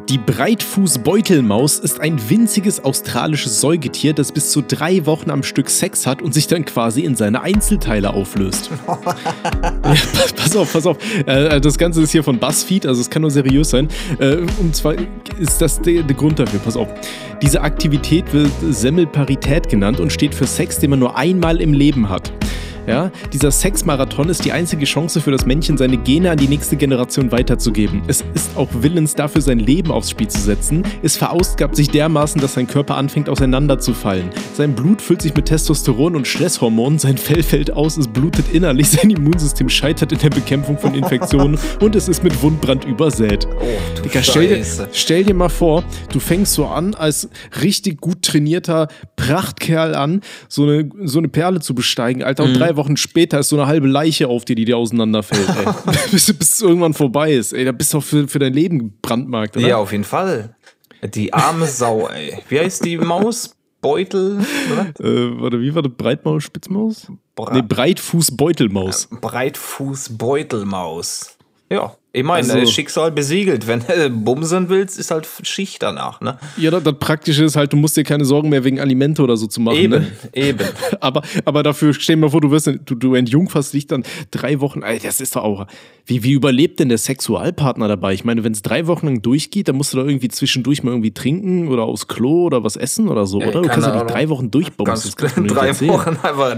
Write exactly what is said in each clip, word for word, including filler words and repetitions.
Die Breitfußbeutelmaus ist ein winziges australisches Säugetier, das bis zu drei Wochen am Stück Sex hat und sich dann quasi in seine Einzelteile auflöst. Ja, pass, pass auf, pass auf. Äh, das Ganze ist hier von BuzzFeed, also es kann nur seriös sein. Äh, und zwar ist das der, der Grund dafür, pass auf. Diese Aktivität wird Semmelparität genannt und steht für Sex, den man nur einmal im Leben hat. Ja, dieser Sexmarathon ist die einzige Chance für das Männchen, seine Gene an die nächste Generation weiterzugeben. Es ist auch willens, dafür sein Leben aufs Spiel zu setzen. Es verausgabt sich dermaßen, dass sein Körper anfängt auseinanderzufallen. Sein Blut füllt sich mit Testosteron und Stresshormonen, sein Fell fällt aus, es blutet innerlich, sein Immunsystem scheitert in der Bekämpfung von Infektionen und es ist mit Wundbrand übersät. Oh, Digga, stell, dir, stell dir mal vor, du fängst so an, als richtig gut trainierter Prachtkerl an, so eine, so eine Perle zu besteigen, Alter, und mhm. drei Wochen später ist so eine halbe Leiche auf dir, die dir auseinanderfällt, ey. bis, bis es irgendwann vorbei ist, ey. Da bist du auch für, für dein Leben gebrandmarkt, oder? Ja, auf jeden Fall. Die arme Sau, ey. Wie heißt die Maus? Beutel? Äh, warte, wie war das? Breitmaus, Spitzmaus? Bra- nee, Breitfußbeutelmaus. Breitfußbeutelmaus. Ja. Ich meine, also, Schicksal besiegelt. Wenn du bumsen willst, ist halt Schicht danach, ne? Ja, das, das Praktische ist halt, du musst dir keine Sorgen mehr wegen Alimente oder so zu machen, eben, ne? Eben, aber, aber dafür, stell dir mal vor, du, wirst, du, du entjungferst dich dann drei Wochen, Alter, das ist doch auch, wie, wie überlebt denn der Sexualpartner dabei? Ich meine, wenn es drei Wochen lang durchgeht, dann musst du da irgendwie zwischendurch mal irgendwie trinken oder aufs Klo oder was essen oder so, oder? Du kannst ja nicht drei Wochen durchbumsen. Drei Wochen einfach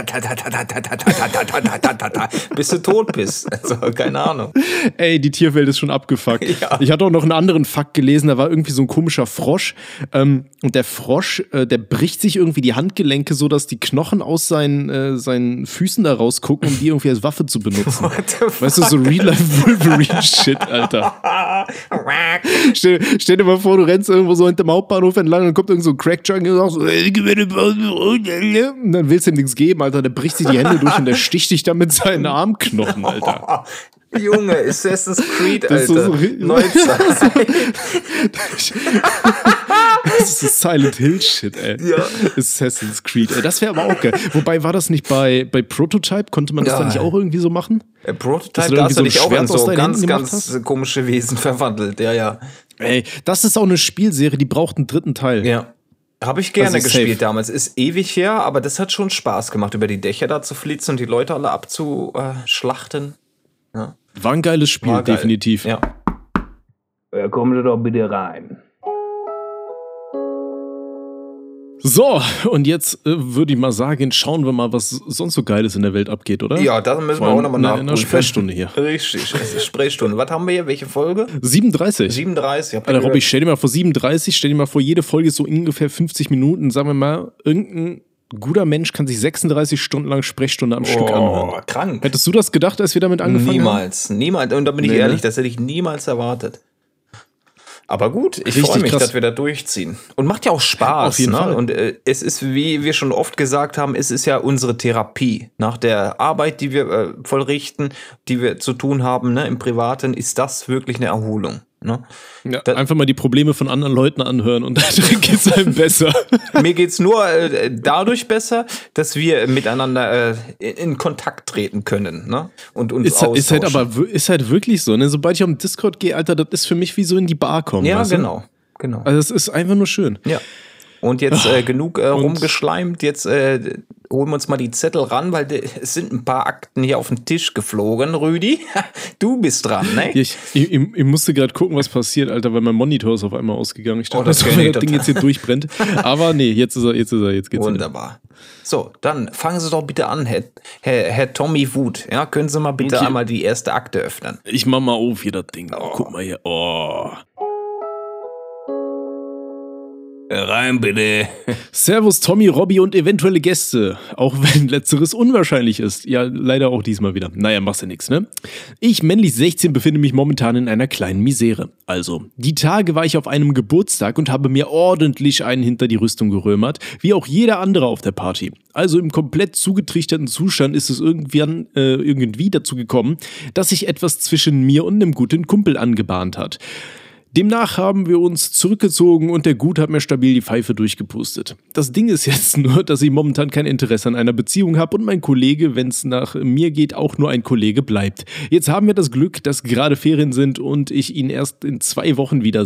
bis du tot bist. Also, keine Ahnung. Ey, die Tierwelt ist schon abgefuckt. Ja. Ich hatte auch noch einen anderen Fakt gelesen, da war irgendwie so ein komischer Frosch ähm, und der Frosch, äh, der bricht sich irgendwie die Handgelenke so, dass die Knochen aus seinen, äh, seinen Füßen da rausgucken, um die irgendwie als Waffe zu benutzen. Weißt du, so Real-Life-Wolverine-Shit, Alter. stell, stell dir mal vor, du rennst irgendwo so hinterm Hauptbahnhof entlang und dann kommt irgend so ein Crack-Junkie und sagt so, und dann willst du ihm nichts geben, Alter, der bricht sich die Hände durch und der sticht dich dann mit seinen Armknochen, Alter. Junge, Assassin's Creed, das Alter. So Neuzeit. Das ist so Silent Hill Shit, ey. Ja. Assassin's Creed, ey. Das wäre aber auch geil. Wobei, war das nicht bei, bei Prototype? Konnte man das ja. dann nicht auch irgendwie so machen? Äh, Prototype, da hast du dich auch in so ganz, ganz hast? komische Wesen verwandelt. Ja, ja. Ey, das ist auch eine Spielserie, die braucht einen dritten Teil. Ja. Habe ich gerne also gespielt safe. damals. Ist ewig her, aber das hat schon Spaß gemacht, über die Dächer da zu flitzen und die Leute alle abzuschlachten. Ja. War ein geiles Spiel, War geil. definitiv. Ja. Ja, kommen Sie doch bitte rein. So, und jetzt äh, würde ich mal sagen, schauen wir mal, was sonst so Geiles in der Welt abgeht, oder? Ja, da müssen wir auch nochmal nachprüfen. In einer Sprechstunde hier. Richtig, Sprechstunde. Was haben wir hier? Welche Folge? siebenunddreißig. siebenunddreißig. Alter, Robby, stell dir mal vor siebenunddreißig, stell dir mal vor, jede Folge ist so ungefähr fünfzig Minuten, sagen wir mal, irgendein guter Mensch kann sich sechsunddreißig Stunden lang Sprechstunde am oh, Stück anhören. Oh, krank. Hättest du das gedacht, als wir damit angefangen niemals, haben? Niemals, niemals. Und da bin ich nee, ehrlich, ne? das hätte ich niemals erwartet. Aber gut, ich Richtig freue mich, krass. dass wir da durchziehen. Und macht ja auch Spaß. Auf jeden ne? Fall. Und äh, es ist, wie wir schon oft gesagt haben, es ist ja unsere Therapie. Nach der Arbeit, die wir äh, vollrichten, die wir zu tun haben, ne, im Privaten, ist das wirklich eine Erholung. Ne? Ja, das, einfach mal die Probleme von anderen Leuten anhören und dann geht es einem besser. Mir geht es nur äh, dadurch besser, dass wir miteinander äh, in Kontakt treten können, ne? Und uns ist, ist halt aber ist halt wirklich so, ne? Sobald ich auf den Discord gehe, Alter, das ist für mich wie so in die Bar kommen. Ja, weißt genau, du? genau. Also es ist einfach nur schön. Ja. Und jetzt äh, genug äh, rumgeschleimt, jetzt äh, holen wir uns mal die Zettel ran, weil de, es sind ein paar Akten hier auf den Tisch geflogen. Rüdi, du bist dran, ne? Ich, ich, ich musste gerade gucken, was passiert, Alter, weil mein Monitor ist auf einmal ausgegangen. Ich dachte, oh, das, dass das Ding jetzt hier durchbrennt. Aber nee, jetzt ist er, jetzt ist er, jetzt geht's wunderbar. Wieder. So, dann fangen Sie doch bitte an, Herr, Herr, Herr Tommy Wood. Ja, können Sie mal bitte okay. einmal die erste Akte öffnen? Ich mach mal auf hier das Ding. Oh. Guck mal hier. Oh. Rein bitte. Servus Tommy, Robby und eventuelle Gäste. Auch wenn letzteres unwahrscheinlich ist. Ja, leider auch diesmal wieder. Naja, machst ja nichts, ne? Ich, männlich sechzehn, befinde mich momentan in einer kleinen Misere. Also, die Tage war ich auf einem Geburtstag und habe mir ordentlich einen hinter die Rüstung gerömert, wie auch jeder andere auf der Party. Also im komplett zugetrichterten Zustand ist es irgendwann, äh, irgendwie dazu gekommen, dass sich etwas zwischen mir und einem guten Kumpel angebahnt hat. Demnach haben wir uns zurückgezogen und der Gut hat mir stabil die Pfeife durchgepustet. Das Ding ist jetzt nur, dass ich momentan kein Interesse an einer Beziehung habe und mein Kollege, wenn es nach mir geht, auch nur ein Kollege bleibt. Jetzt haben wir das Glück, dass gerade Ferien sind und ich ihn erst in zwei Wochen wiedersehe.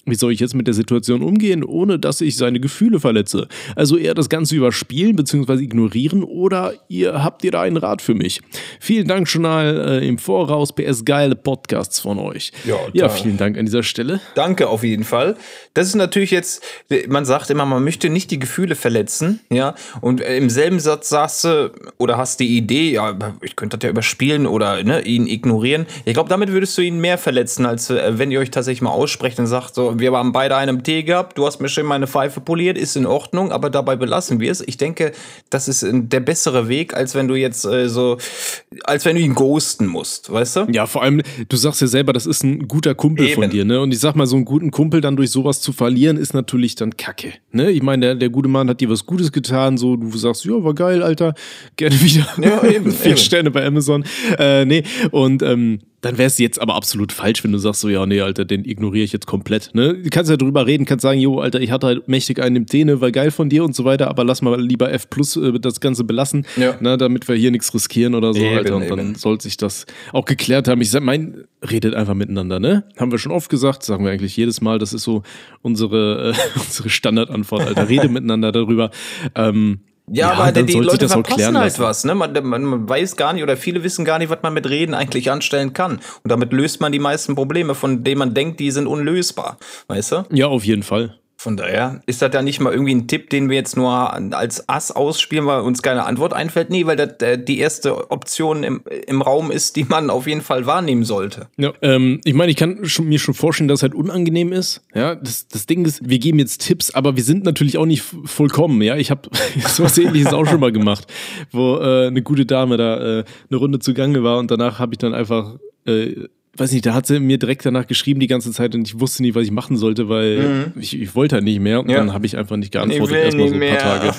Wie soll ich jetzt mit der Situation umgehen, ohne dass ich seine Gefühle verletze? Also eher das Ganze überspielen bzw. ignorieren oder ihr habt ihr da einen Rat für mich? Vielen Dank schon mal äh, im Voraus, P S geile Podcasts von euch. Ja, ja, vielen Dank an dieser Stelle. Danke auf jeden Fall. Das ist natürlich jetzt, man sagt immer, man möchte nicht die Gefühle verletzen, ja, und im selben Satz sagst du oder hast die Idee, ja, ich könnte das ja überspielen oder ne, ihn ignorieren. Ich glaube, damit würdest du ihn mehr verletzen, als äh, wenn ihr euch tatsächlich mal aussprecht und sagt so, wir haben beide einen Tee gehabt, du hast mir schön meine Pfeife poliert, ist in Ordnung, aber dabei belassen wir es. Ich denke, das ist der bessere Weg, als wenn du jetzt äh, so, als wenn du ihn ghosten musst, weißt du? Ja, vor allem, du sagst ja selber, das ist ein guter Kumpel Eben. von dir, ne? Und ich sag mal, so einen guten Kumpel dann durch sowas zu verlieren, ist natürlich dann Kacke, ne? Ich meine, der, der gute Mann hat dir was Gutes getan, so, du sagst, ja, war geil, Alter, gerne wieder. Ja, eben. Vier eben. Sterne bei Amazon. Äh, nee, und, ähm, dann wäre es jetzt aber absolut falsch, wenn du sagst so, ja, nee, Alter, den ignoriere ich jetzt komplett, ne? Du kannst ja drüber reden, kannst sagen, jo, Alter, ich hatte halt mächtig einen im Tee, ne, war geil von dir und so weiter, aber lass mal lieber F plus äh, das Ganze belassen, ja. ne, damit wir hier nichts riskieren oder so, eben, Alter, und eben. dann sollte sich das auch geklärt haben. Ich sag, mein, redet einfach miteinander, ne? Haben wir schon oft gesagt, sagen wir eigentlich jedes Mal, das ist so unsere, äh, unsere Standardantwort, Alter, rede miteinander darüber, ähm, Ja, ja, aber die, die Leute das verpassen halt was, ne? Man, man, man weiß gar nicht oder viele wissen gar nicht, was man mit Reden eigentlich anstellen kann. Und damit löst man die meisten Probleme, von denen man denkt, die sind unlösbar, weißt du? Ja, auf jeden Fall. Von daher ist das ja nicht mal irgendwie ein Tipp, den wir jetzt nur als Ass ausspielen, weil uns keine Antwort einfällt. Nee, weil das äh, die erste Option im, im Raum ist, die man auf jeden Fall wahrnehmen sollte. Ja, ähm, ich meine, ich kann schon, mir schon vorstellen, dass es halt unangenehm ist. Ja, das, das Ding ist, wir geben jetzt Tipps, aber wir sind natürlich auch nicht vollkommen. Ja, ich habe sowas Ähnliches auch schon mal gemacht, wo äh, eine gute Dame da äh, eine Runde zugange war und danach habe ich dann einfach äh, weiß nicht, da hat sie mir direkt danach geschrieben die ganze Zeit und ich wusste nicht, was ich machen sollte, weil mhm. ich, ich wollte halt nicht mehr und ja. dann habe ich einfach nicht geantwortet, erstmal so ein paar Tage.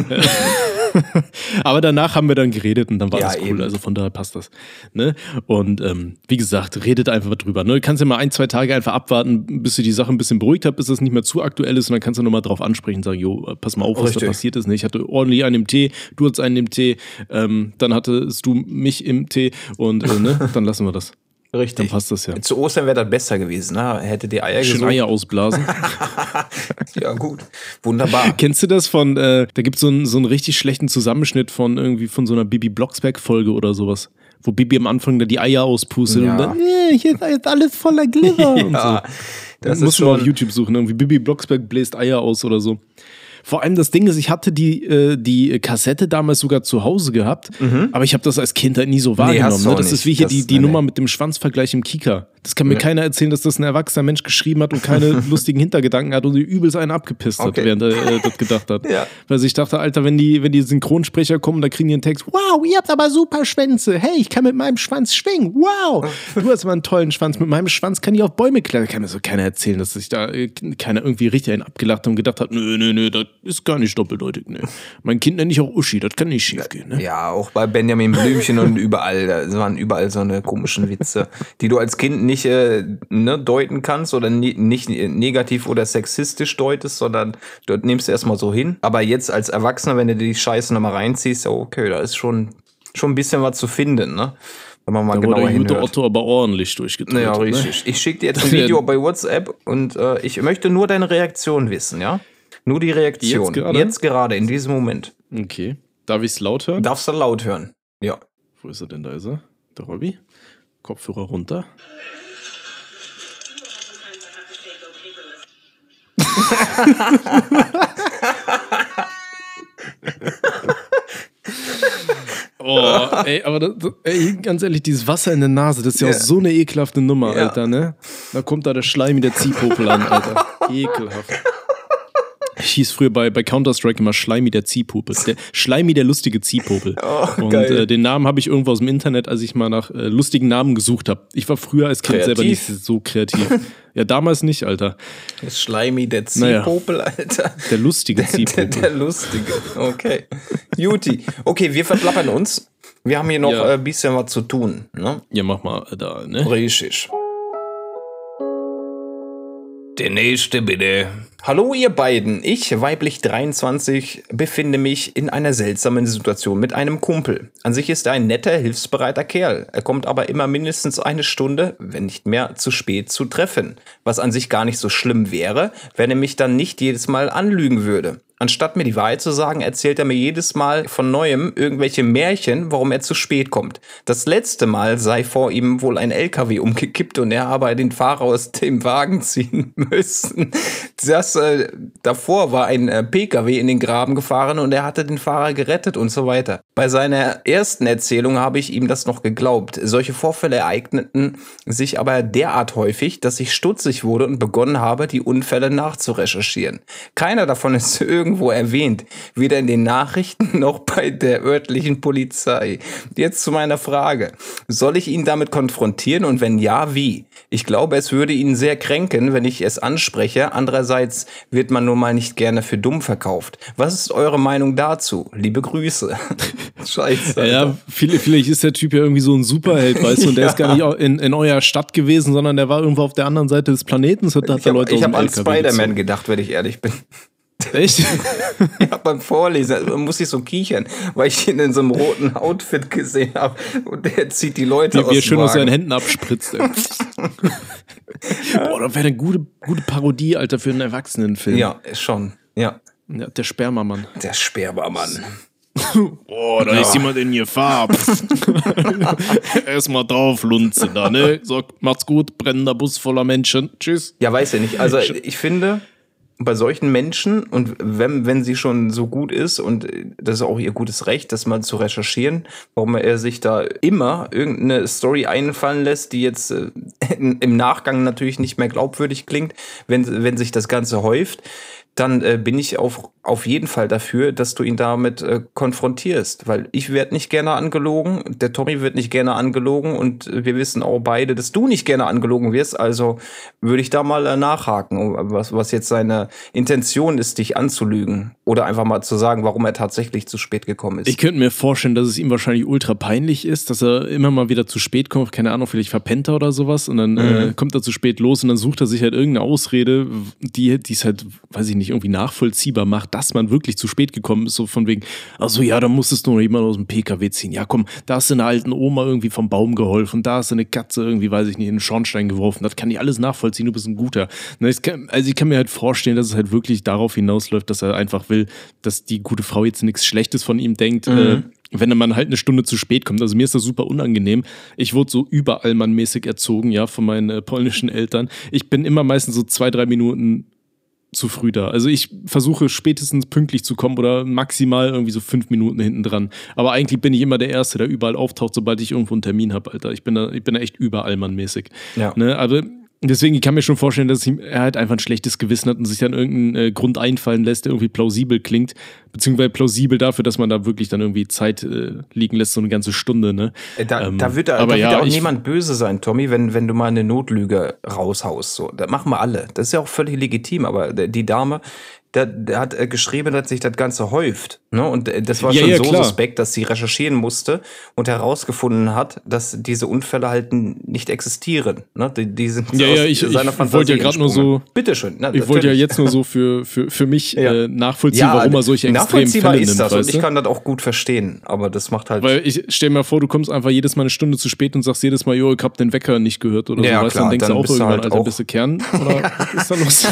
Aber danach haben wir dann geredet und dann war ja, das cool, eben. Also von daher passt das. Ne? Und ähm, wie gesagt, redet einfach drüber. Ne? Du kannst ja mal ein, zwei Tage einfach abwarten, bis du die Sache ein bisschen beruhigt hast, bis das nicht mehr zu aktuell ist und dann kannst du nochmal drauf ansprechen und sagen, jo, pass mal auf, was Richtig. da passiert ist. Ne? Ich hatte ordentlich einen im Tee, du hattest einen im Tee, ähm, dann hattest du mich im Tee und äh, ne? dann lassen wir das. Richtig. Dann passt das ja. Zu Ostern wäre das besser gewesen, ne? Hätte die Eier gesucht. Schön Eier ausblasen. Ja, gut. Wunderbar. Kennst du das von, äh, da gibt es so einen, so einen richtig schlechten Zusammenschnitt von irgendwie von so einer Bibi Blocksberg-Folge oder sowas. Wo Bibi am Anfang da die Eier auspustet ja. und dann, äh, hier ist jetzt alles voller Glibber. ja, und so. Das musst du mal auf YouTube suchen, irgendwie Bibi Blocksberg bläst Eier aus oder so. Vor allem das Ding ist, ich hatte die, äh, die Kassette damals sogar zu Hause gehabt, mhm. aber ich habe das als Kind halt nie so wahrgenommen. Nee, ne? Das nicht. ist wie hier das, die, die nee, Nummer nee. mit dem Schwanzvergleich im Kika. Das kann mir nee. keiner erzählen, dass das ein erwachsener Mensch geschrieben hat und keine lustigen Hintergedanken hat und die übelst einen abgepisst okay. hat, während er äh, das gedacht hat. Ja. Weil ich dachte, Alter, wenn die, wenn die Synchronsprecher kommen, da kriegen die einen Text, wow, ihr habt aber super Schwänze. Hey, ich kann mit meinem Schwanz schwingen. Wow, du hast aber einen tollen Schwanz. Mit meinem Schwanz kann ich auf Bäume klettern. Kann mir so keiner erzählen, dass sich da äh, keiner irgendwie richtig einen abgelacht hat und gedacht hat, nö, nö, nö, das ist gar nicht doppeldeutig. Ne. Mein Kind nenne ich auch Uschi, das kann nicht schief gehen. Ne? Ja, auch bei Benjamin Blümchen und überall, da waren überall so eine komischen Witze, die du als Kind nicht äh, ne, deuten kannst oder nie, nicht negativ oder sexistisch deutest, sondern dort nimmst du erstmal so hin. Aber jetzt als Erwachsener, wenn du die Scheiße nochmal reinziehst, okay, da ist schon, schon ein bisschen was zu finden, ne? Wenn man mal da genauer hinhört. Der Otto aber ordentlich durchgetreten. Ja, richtig. Ne? Ich schicke dir jetzt ein Video bei WhatsApp und äh, ich möchte nur deine Reaktion wissen, ja? Nur die Reaktion. Jetzt gerade? Jetzt gerade, in diesem Moment. Okay. Darf ich es laut hören? Darfst du laut hören, ja. Wo ist er denn? Da ist er. Der Robby. Kopfhörer runter. Oh, ey, aber das, ey, ganz ehrlich, dieses Wasser in der Nase, das ist ja, ja. auch so eine ekelhafte Nummer, ja. Alter, ne? Da kommt da der Schleim der Ziehpopel an, Alter. Ekelhaft. Ich hieß früher bei, bei Counter-Strike immer Schleimi der Ziehpopel. Der Schleimi der lustige Ziehpopel. Oh, und äh, den Namen habe ich irgendwo aus dem Internet, als ich mal nach äh, lustigen Namen gesucht habe. Ich war früher als Kind kreativ. selber nicht so kreativ. Ja, damals nicht, Alter. Das Schleimi der Ziehpopel, naja. Alter. Der lustige Ziehpopel. Der, der, der lustige, okay. Juti. Okay, wir verplappern uns. Wir haben hier noch ein ja. äh, bisschen was zu tun. Ne? Ja, mach mal da, ne? Richtig. Der nächste bitte. Hallo ihr beiden, ich, weiblich dreiundzwanzig, befinde mich in einer seltsamen Situation mit einem Kumpel. An sich ist er ein netter, hilfsbereiter Kerl. Er kommt aber immer mindestens eine Stunde, wenn nicht mehr, zu spät zu Treffen. Was an sich gar nicht so schlimm wäre, wenn er mich dann nicht jedes Mal anlügen würde. Anstatt mir die Wahrheit zu sagen, erzählt er mir jedes Mal von Neuem irgendwelche Märchen, warum er zu spät kommt. Das letzte Mal sei vor ihm wohl ein L K W umgekippt und er habe den Fahrer aus dem Wagen ziehen müssen. Das äh, davor war ein äh, P K W in den Graben gefahren und er hatte den Fahrer gerettet und so weiter. Bei seiner ersten Erzählung habe ich ihm das noch geglaubt. Solche Vorfälle ereigneten sich aber derart häufig, dass ich stutzig wurde und begonnen habe, die Unfälle nachzurecherchieren. Keiner davon ist irgendwo erwähnt, weder in den Nachrichten noch bei der örtlichen Polizei. Jetzt zu meiner Frage. Soll ich ihn damit konfrontieren und wenn ja, wie? Ich glaube, es würde ihn sehr kränken, wenn ich es anspreche. Andererseits wird man nun mal nicht gerne für dumm verkauft. Was ist eure Meinung dazu? Liebe Grüße. Scheiße. Alter. Ja, vielleicht, vielleicht ist der Typ ja irgendwie so ein Superheld, weißt du, und der ja. ist gar nicht in, in eurer Stadt gewesen, sondern der war irgendwo auf der anderen Seite des Planeten. Hat, hat ich habe hab an Spider-Man gedacht, wenn ich ehrlich bin. Echt? Ja, beim Vorlesen muss ich so kichern, weil ich ihn in so einem roten Outfit gesehen habe und der zieht die Leute Wie, aus wie er dem schön Wagen. aus seinen Händen abspritzt. Boah, das wäre eine gute, gute Parodie, Alter, für einen Erwachsenenfilm. Ja, schon, ja. ja der Spermamann. Der Spermamann. Oh, da ja. ist jemand in Gefahr. Erstmal drauf, Lunze da, ne? So, macht's gut, brennender Bus voller Menschen. Tschüss. Ja, weiß ja nicht. Also ich finde, bei solchen Menschen, und wenn, wenn sie schon so gut ist, und das ist auch ihr gutes Recht, das mal zu recherchieren, warum er sich da immer irgendeine Story einfallen lässt, die jetzt äh, im Nachgang natürlich nicht mehr glaubwürdig klingt, wenn, wenn sich das Ganze häuft, dann äh, bin ich auf, auf jeden Fall dafür, dass du ihn damit äh, konfrontierst. Weil ich werde nicht gerne angelogen, der Tommy wird nicht gerne angelogen und wir wissen auch beide, dass du nicht gerne angelogen wirst. Also würde ich da mal äh, nachhaken, was, was jetzt seine Intention ist, dich anzulügen. Oder einfach mal zu sagen, warum er tatsächlich zu spät gekommen ist. Ich könnte mir vorstellen, dass es ihm wahrscheinlich ultra peinlich ist, dass er immer mal wieder zu spät kommt. Keine Ahnung, vielleicht verpennt er oder sowas. Und dann mhm. äh, kommt er zu spät los und dann sucht er sich halt irgendeine Ausrede, die die es halt, weiß ich nicht, irgendwie nachvollziehbar macht, dass man wirklich zu spät gekommen ist, so von wegen, also ja, da musstest du noch jemand aus dem P K W ziehen. Ja komm, da hast du einer alten Oma irgendwie vom Baum geholfen, da hast du eine Katze irgendwie, weiß ich nicht, in den Schornstein geworfen. Das kann ich alles nachvollziehen, du bist ein Guter. Also ich kann mir halt vorstellen, dass es halt wirklich darauf hinausläuft, dass er einfach will, dass die gute Frau jetzt nichts Schlechtes von ihm denkt, mhm. äh, wenn man halt eine Stunde zu spät kommt. Also mir ist das super unangenehm. Ich wurde so überallmannmäßig erzogen, ja, von meinen äh, polnischen Eltern. Ich bin immer meistens so zwei, drei Minuten zu früh da. Also ich versuche spätestens pünktlich zu kommen oder maximal irgendwie so fünf Minuten hinten dran. Aber eigentlich bin ich immer der Erste, der überall auftaucht, sobald ich irgendwo einen Termin habe, Alter. Ich bin da, ich bin da echt überallmannmäßig. Ja. Ne? Aber deswegen, ich kann mir schon vorstellen, dass er halt einfach ein schlechtes Gewissen hat und sich dann irgendeinen äh, Grund einfallen lässt, der irgendwie plausibel klingt, beziehungsweise plausibel dafür, dass man da wirklich dann irgendwie Zeit äh, liegen lässt, so eine ganze Stunde, ne? Da, ähm, da wird, da, aber da ja, wird auch ich, niemand böse sein, Tommy, wenn, wenn du mal eine Notlüge raushaust. So. Das machen wir alle. Das ist ja auch völlig legitim, aber die Dame, der, der hat äh, geschrieben, dass sich das Ganze häuft. Ne? Und äh, das war ja, schon ja, so klar. suspekt, dass sie recherchieren musste und herausgefunden hat, dass diese Unfälle halt nicht existieren. Ne? Die, die sind ja, aus ja, ich, seiner ich Fantasie wollte ja gerade nur so. Bitteschön. Na, ich wollte ja jetzt nur so für, für, für mich ja. äh, nachvollziehen, ja, warum er solche extremen Fälle ist nimmt. Das, weißt und ich kann das auch gut verstehen, aber das macht halt. Weil ich stell mir vor, du kommst einfach jedes Mal eine Stunde zu spät und sagst jedes Mal, jo, ich hab den Wecker nicht gehört oder ja, so. Weißt, klar, dann denkst dann du auch irgendwann, halt Alter, auch bist du Kern? Oder was ist da los?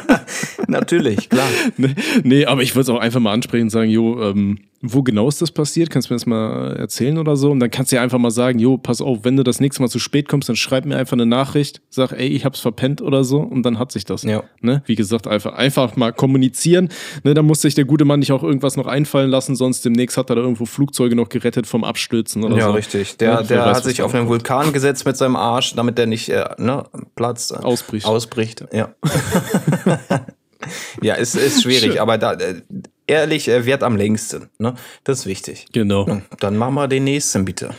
Natürlich, klar. Nee, nee, aber ich würde es auch einfach mal ansprechen und sagen, jo, ähm, wo genau ist das passiert? Kannst du mir das mal erzählen oder so? Und dann kannst du ja einfach mal sagen, jo, pass auf, wenn du das nächste Mal zu spät kommst, dann schreib mir einfach eine Nachricht, sag, ey, ich hab's verpennt oder so und dann hat sich das. Ja. Ne? Wie gesagt, einfach, einfach mal kommunizieren. Ne? Da muss sich der gute Mann nicht auch irgendwas noch einfallen lassen, sonst demnächst hat er da irgendwo Flugzeuge noch gerettet vom Abstürzen oder ja, so. Ja, richtig. Der, ja, der weiß, hat sich auf einen Vulkan gesetzt mit seinem Arsch, damit der nicht äh, ne, platzt. Äh, ausbricht. Ausbricht, ja. Ja, ist, ist schwierig, Schön. aber da, äh, ehrlich, er wird am längsten. Ne? Das ist wichtig. Genau. Ja, dann machen wir den nächsten, bitte.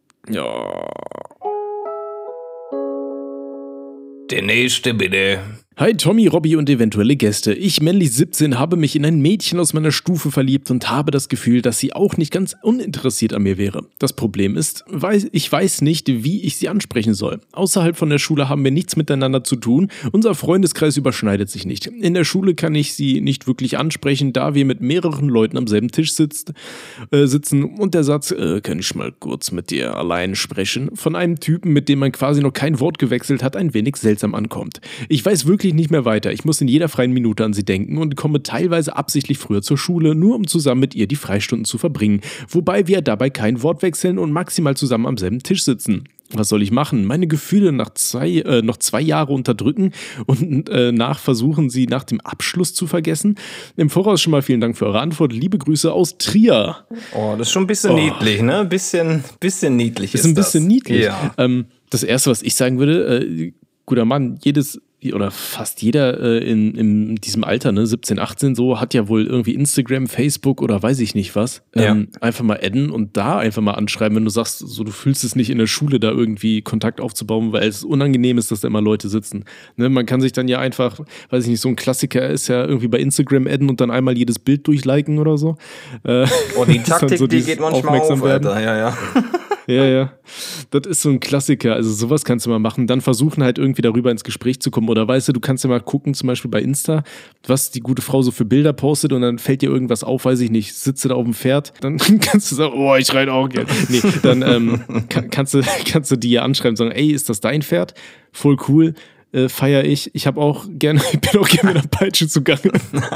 Ja. Der nächste, bitte. Hi Tommy, Robby und eventuelle Gäste. Ich, männlich siebzehn, habe mich in ein Mädchen aus meiner Stufe verliebt und habe das Gefühl, dass sie auch nicht ganz uninteressiert an mir wäre. Das Problem ist, ich weiß nicht, wie ich sie ansprechen soll. Außerhalb von der Schule haben wir nichts miteinander zu tun. Unser Freundeskreis überschneidet sich nicht. In der Schule kann ich sie nicht wirklich ansprechen, da wir mit mehreren Leuten am selben Tisch sitzt, äh, sitzen und der Satz, äh, kann ich mal kurz mit dir allein sprechen, von einem Typen, mit dem man quasi noch kein Wort gewechselt hat, ein wenig seltsam ankommt. Ich weiß wirklich nicht mehr weiter. Ich muss in jeder freien Minute an sie denken und komme teilweise absichtlich früher zur Schule, nur um zusammen mit ihr die Freistunden zu verbringen. Wobei wir dabei kein Wort wechseln und maximal zusammen am selben Tisch sitzen. Was soll ich machen? Meine Gefühle nach zwei, äh, noch zwei Jahre unterdrücken und äh, nach versuchen, sie nach dem Abschluss zu vergessen? Im Voraus schon mal vielen Dank für eure Antwort. Liebe Grüße aus Trier. Oh, das ist schon ein bisschen oh. niedlich, ne? Bisschen, bisschen niedlich ist, ist ein das. bisschen niedlich. Ja. Ähm, das Erste, was ich sagen würde, äh, guter Mann, jedes oder fast jeder äh, in, in diesem Alter, ne, siebzehn, achtzehn so, hat ja wohl irgendwie Instagram, Facebook oder weiß ich nicht was. Ähm, ja. Einfach mal adden und da einfach mal anschreiben, wenn du sagst, so du fühlst es nicht in der Schule, da irgendwie Kontakt aufzubauen, weil es unangenehm ist, dass da immer Leute sitzen. Ne, man kann sich dann ja einfach, weiß ich nicht, so ein Klassiker ist ja irgendwie bei Instagram adden und dann einmal jedes Bild durchliken oder so. Äh, oh, die Taktik, so die geht manchmal auf, Alter. Ja, ja. Ja, ja. Das ist so ein Klassiker. Also sowas kannst du mal machen. Dann versuchen halt irgendwie darüber ins Gespräch zu kommen. Oder weißt du, du kannst ja mal gucken, zum Beispiel bei Insta, was die gute Frau so für Bilder postet und dann fällt dir irgendwas auf, weiß ich nicht, sitze da auf dem Pferd, dann kannst du sagen, oh, ich reite auch gerne. Nee, dann ähm, kann, kannst, du, kannst du die ja anschreiben und sagen, ey, ist das dein Pferd? Voll cool. Äh, feier ich. Ich habe auch gerne, ich bin auch gerne mit einer Peitsche zugange.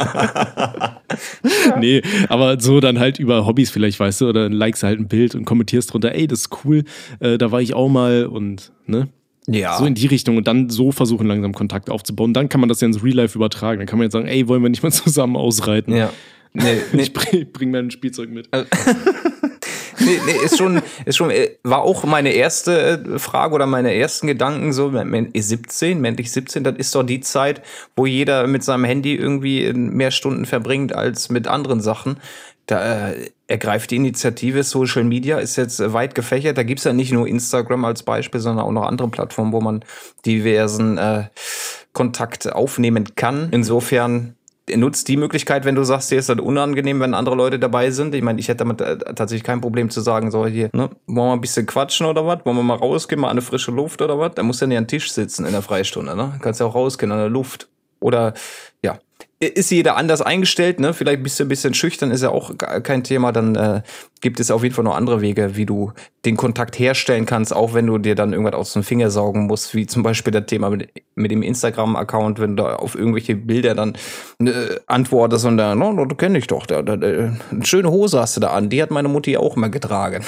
Nee, aber so dann halt über Hobbys vielleicht, weißt du, oder dann likest du halt ein Bild und kommentierst drunter, ey, das ist cool, äh, da war ich auch mal und, ne? Ja. So in die Richtung und dann so versuchen, langsam Kontakt aufzubauen. Dann kann man das ja ins Real Life übertragen. Dann kann man jetzt sagen, ey, wollen wir nicht mal zusammen ausreiten? Ja. Nee, nee. Ich bring, bring mein Spielzeug mit. nee, nee, ist schon, ist schon, war auch meine erste Frage oder meine ersten Gedanken so, siebzehn, männlich siebzehn, das ist doch die Zeit, wo jeder mit seinem Handy irgendwie mehr Stunden verbringt als mit anderen Sachen. Da äh, ergreift die Initiative, Social Media ist jetzt äh, weit gefächert, da gibt's ja nicht nur Instagram als Beispiel, sondern auch noch andere Plattformen, wo man diversen äh, Kontakt aufnehmen kann. Insofern nutzt die Möglichkeit, wenn du sagst, dir ist das unangenehm, wenn andere Leute dabei sind. Ich meine, ich hätte damit äh, tatsächlich kein Problem zu sagen, so hier, ne, wollen wir ein bisschen quatschen oder was? Wollen wir mal rausgehen, mal an eine frische Luft oder was? Da musst du ja nicht an den Tisch sitzen in der Freistunde, ne? Kannst ja auch rausgehen an der Luft. Oder, ja, ist jeder anders eingestellt, ne? Vielleicht bist du ein bisschen schüchtern, ist ja auch kein Thema. Dann äh, gibt es auf jeden Fall noch andere Wege, wie du den Kontakt herstellen kannst, auch wenn du dir dann irgendwas aus den Finger saugen musst, wie zum Beispiel das Thema mit, mit dem Instagram-Account, wenn du da auf irgendwelche Bilder dann äh, antwortest und dann, no, no, du kenn ich doch, da, da, da, eine schöne Hose hast du da an, die hat meine Mutti auch mal getragen.